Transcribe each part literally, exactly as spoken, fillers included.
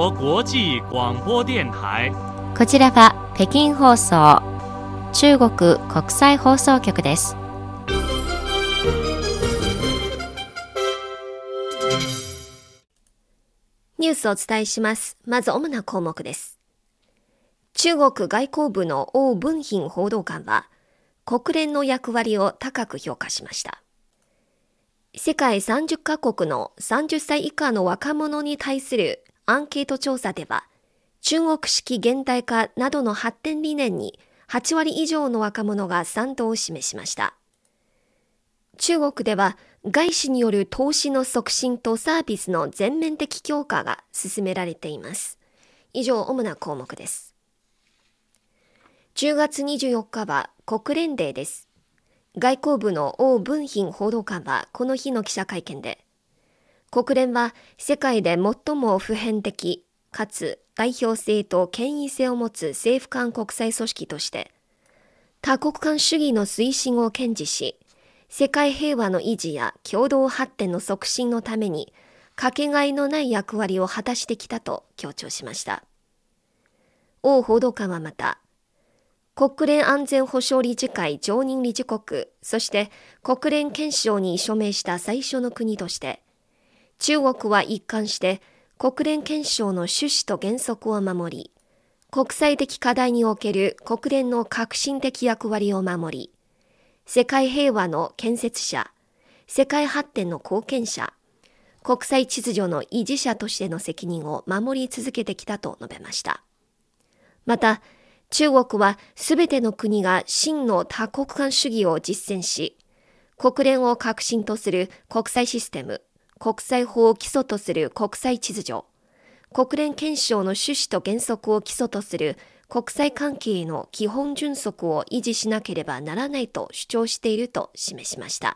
国国際廣播電台。 こちらは北京放送、中国国際放送局です。 ニュースをお伝えします。まず主な項目です。中国外交部の王文賓報道官は、国連の役割を高く評価しました。世界さんじゅっかこくのさんじゅっさい以下の若者に対するアンケート調査では、中国式現代化などの発展理念にはちわり以上の若者が賛同を示しました。中国では外資による投資の促進とサービスの全面的強化が進められています。以上、主な項目です。じゅうがつにじゅうよっかは国連デーです。外交部の王文賓報道官はこの日の記者会見で、国連は世界で最も普遍的かつ代表性と権威性を持つ政府間国際組織として多国間主義の推進を堅持し、世界平和の維持や共同発展の促進のためにかけがえのない役割を果たしてきたと強調しました。王報道官はまた、国連安全保障理事会常任理事国、そして国連憲章に署名した最初の国として、中国は一貫して国連憲章の趣旨と原則を守り、国際的課題における国連の革新的役割を守り、世界平和の建設者、世界発展の貢献者、国際秩序の維持者としての責任を守り続けてきたと述べました。また、中国はすべての国が真の多国間主義を実践し、国連を核心とする国際システム、国際法を基礎とする国際秩序、国連憲章の趣旨と原則を基礎とする国際関係の基本準則を維持しなければならないと主張していると示しました。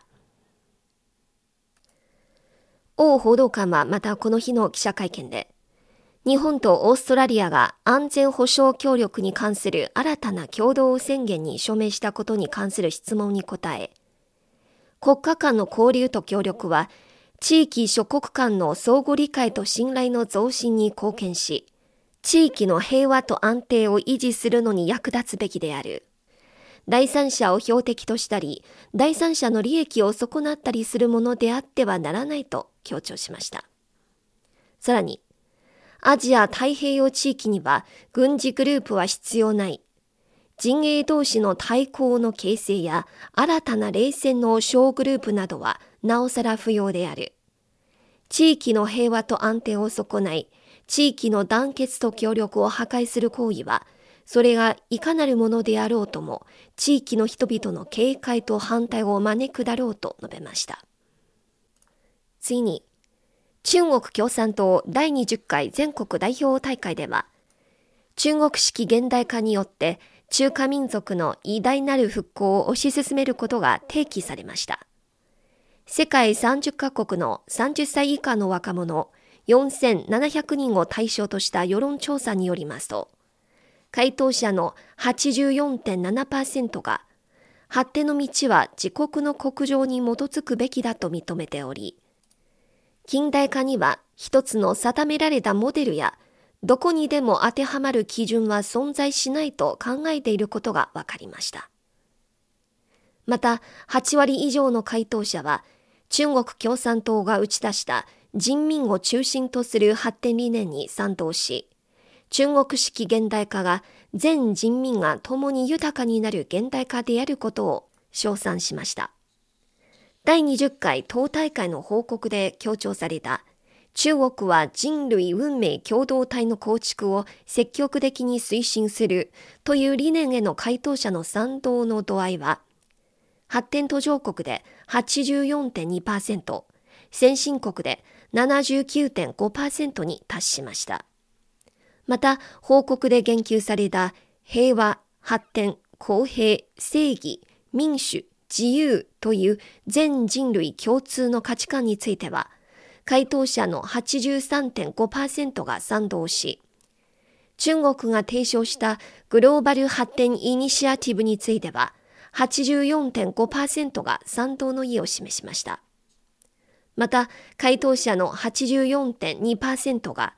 王報道官はまたこの日の記者会見で、日本とオーストラリアが安全保障協力に関する新たな共同宣言に署名したことに関する質問に答え、国家間の交流と協力は地域諸国間の相互理解と信頼の増進に貢献し、地域の平和と安定を維持するのに役立つべきである。第三者を標的としたり、第三者の利益を損なったりするものであってはならないと強調しました。さらに、アジア太平洋地域には軍事グループは必要ない。陣営同士の対抗の形成や新たな冷戦の小グループなどはなおさら不要である。地域の平和と安定を損ない、地域の団結と協力を破壊する行為は、それがいかなるものであろうとも、地域の人々の警戒と反対を招くだろうと述べました。次に、中国共産党だいにじゅっかい全国代表大会では、中国式現代化によって中華民族の偉大なる復興を推し進めることが提起されました。世界さんじゅっかこくのさんじゅっさい以下の若者よんせんななひゃくにんを対象とした世論調査によりますと、回答者の はちじゅうよんてんななパーセント が発展の道は自国の国情に基づくべきだと認めており、近代化には一つの定められたモデルやどこにでも当てはまる基準は存在しないと考えていることが分かりました。また、はちわり以上の回答者は中国共産党が打ち出した人民を中心とする発展理念に賛同し、中国式現代化が全人民が共に豊かになる現代化であることを称賛しました。だいにじゅっかい党大会の報告で強調された中国は人類運命共同体の構築を積極的に推進するという理念への回答者の賛同の度合いは、発展途上国で はちじゅうよんてんにパーセント、先進国で ななじゅうきゅうてんごパーセント に達しました。また、報告で言及された平和、発展、公平、正義、民主、自由という全人類共通の価値観については、回答者の はちじゅうさんてんごパーセント が賛同し、中国が提唱したグローバル発展イニシアティブについては、はちじゅうよんてんごパーセント が賛同の意を示しました。また、回答者の はちじゅうよんてんにパーセント が、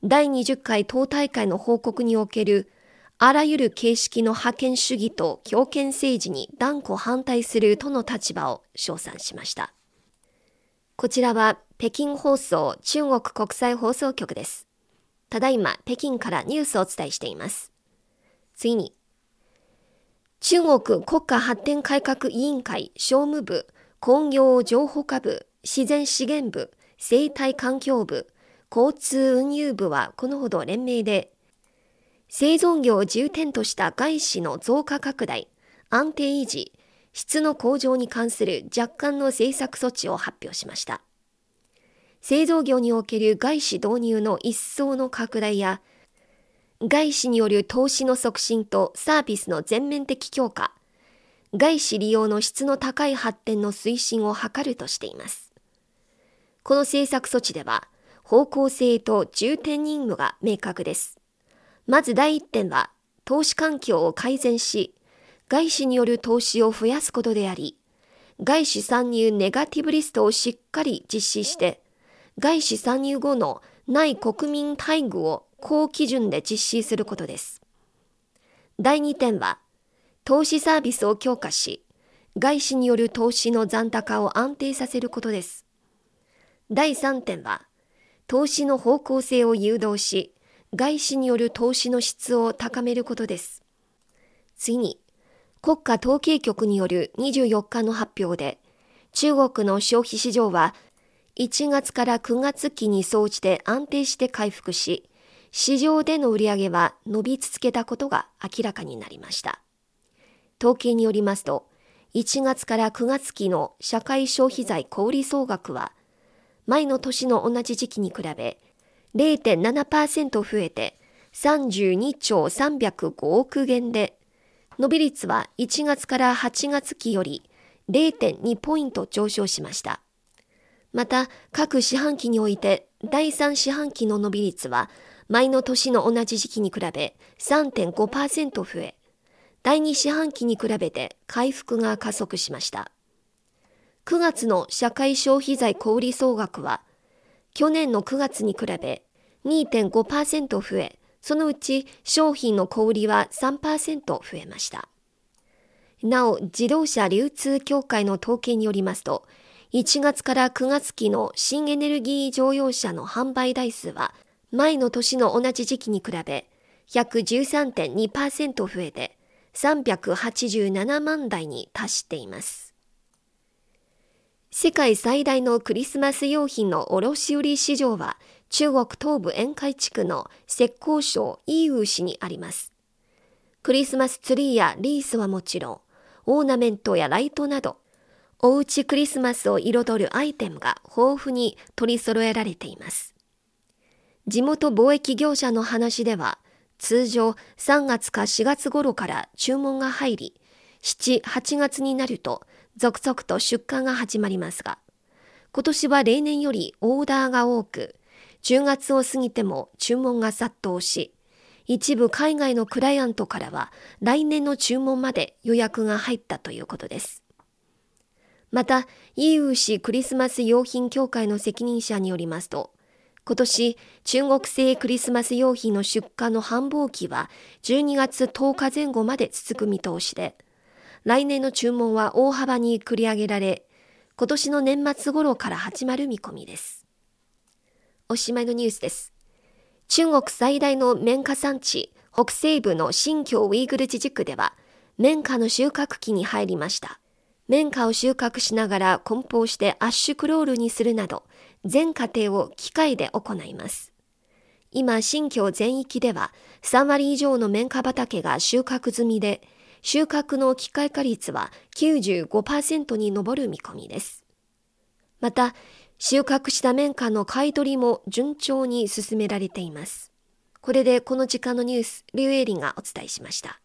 だいにじゅっかい党大会の報告におけるあらゆる形式の覇権主義と強権政治に断固反対するとの立場を称賛しました。こちらは北京放送中国国際放送局です。ただいま北京からニュースをお伝えしています。次に、中国国家発展改革委員会商務部、工業情報科部、自然資源部、生態環境部、交通運輸部はこのほど連名で、製造業を重点とした外資の増加拡大、安定維持、質の向上に関する若干の政策措置を発表しました。製造業における外資導入の一層の拡大や、外資による投資の促進とサービスの全面的強化、外資利用の質の高い発展の推進を図るとしています。この政策措置では、方向性と重点任務が明確です。まず第一点は、投資環境を改善し、外資による投資を増やすことであり、外資参入ネガティブリストをしっかり実施して、外資参入後の内国民待遇を高基準で実施することです。だいにてんは、投資サービスを強化し、外資による投資の残高を安定させることです。だいさんてんは、投資の方向性を誘導し、外資による投資の質を高めることです。次に、国家統計局によるにじゅうよっかの発表で、中国の消費市場はいちがつからくがつ期に総じて安定して回復し、市場での売上は伸び続けたことが明らかになりました。統計によりますと、いちがつからくがつ期の社会消費財小売総額は、前の年の同じ時期に比べ れいてんななパーセント 増えてさんじゅうにちょうさんびゃくごおくげんで、伸び率はいちがつからはちがつ期より れいてんにポイント上昇しました。また、各四半期においてだいさん四半期の伸び率は前の年の同じ時期に比べ さんてんごパーセント 増え、だいに四半期に比べて回復が加速しました。くがつの社会消費財小売総額は、去年のくがつに比べ にてんごパーセント 増え、そのうち商品の小売は さんパーセント 増えました。なお、自動車流通協会の統計によりますと、いちがつからくがつ期の新エネルギー乗用車の販売台数は、前の年の同じ時期に比べ ひゃくじゅうさんてんにパーセント 増えてさんびゃくはちじゅうななまんだいに達しています。世界最大のクリスマス用品の卸売市場は中国東部沿海地区の浙江省義烏市にあります。クリスマスツリーやリースはもちろん、オーナメントやライトなど、おうちクリスマスを彩るアイテムが豊富に取り揃えられています。地元貿易業者の話では、通常さんがつかしがつ頃から注文が入り、しち、はちがつになると続々と出荷が始まりますが、今年は例年よりオーダーが多く、じゅうがつを過ぎても注文が殺到し、一部海外のクライアントからは来年の注文まで予約が入ったということです。また、義烏市クリスマス用品協会の責任者によりますと、今年、中国製クリスマス用品の出荷の繁忙期はじゅうにがつとおかぜん後まで続く見通しで、来年の注文は大幅に繰り上げられ、今年の年末頃から始まる見込みです。おしまいのニュースです。中国最大の綿花産地、北西部の新疆ウイグル自治区では、綿花の収穫期に入りました。綿花を収穫しながら梱包して圧縮クロールにするなど、全過程を機械で行います。今、新疆全域ではさんわり以上の綿花畑が収穫済みで、収穫の機械化率は きゅうじゅうごパーセント に上る見込みです。また、収穫した綿花の買い取りも順調に進められています。これでこの時間のニュース、リュウエイリンがお伝えしました。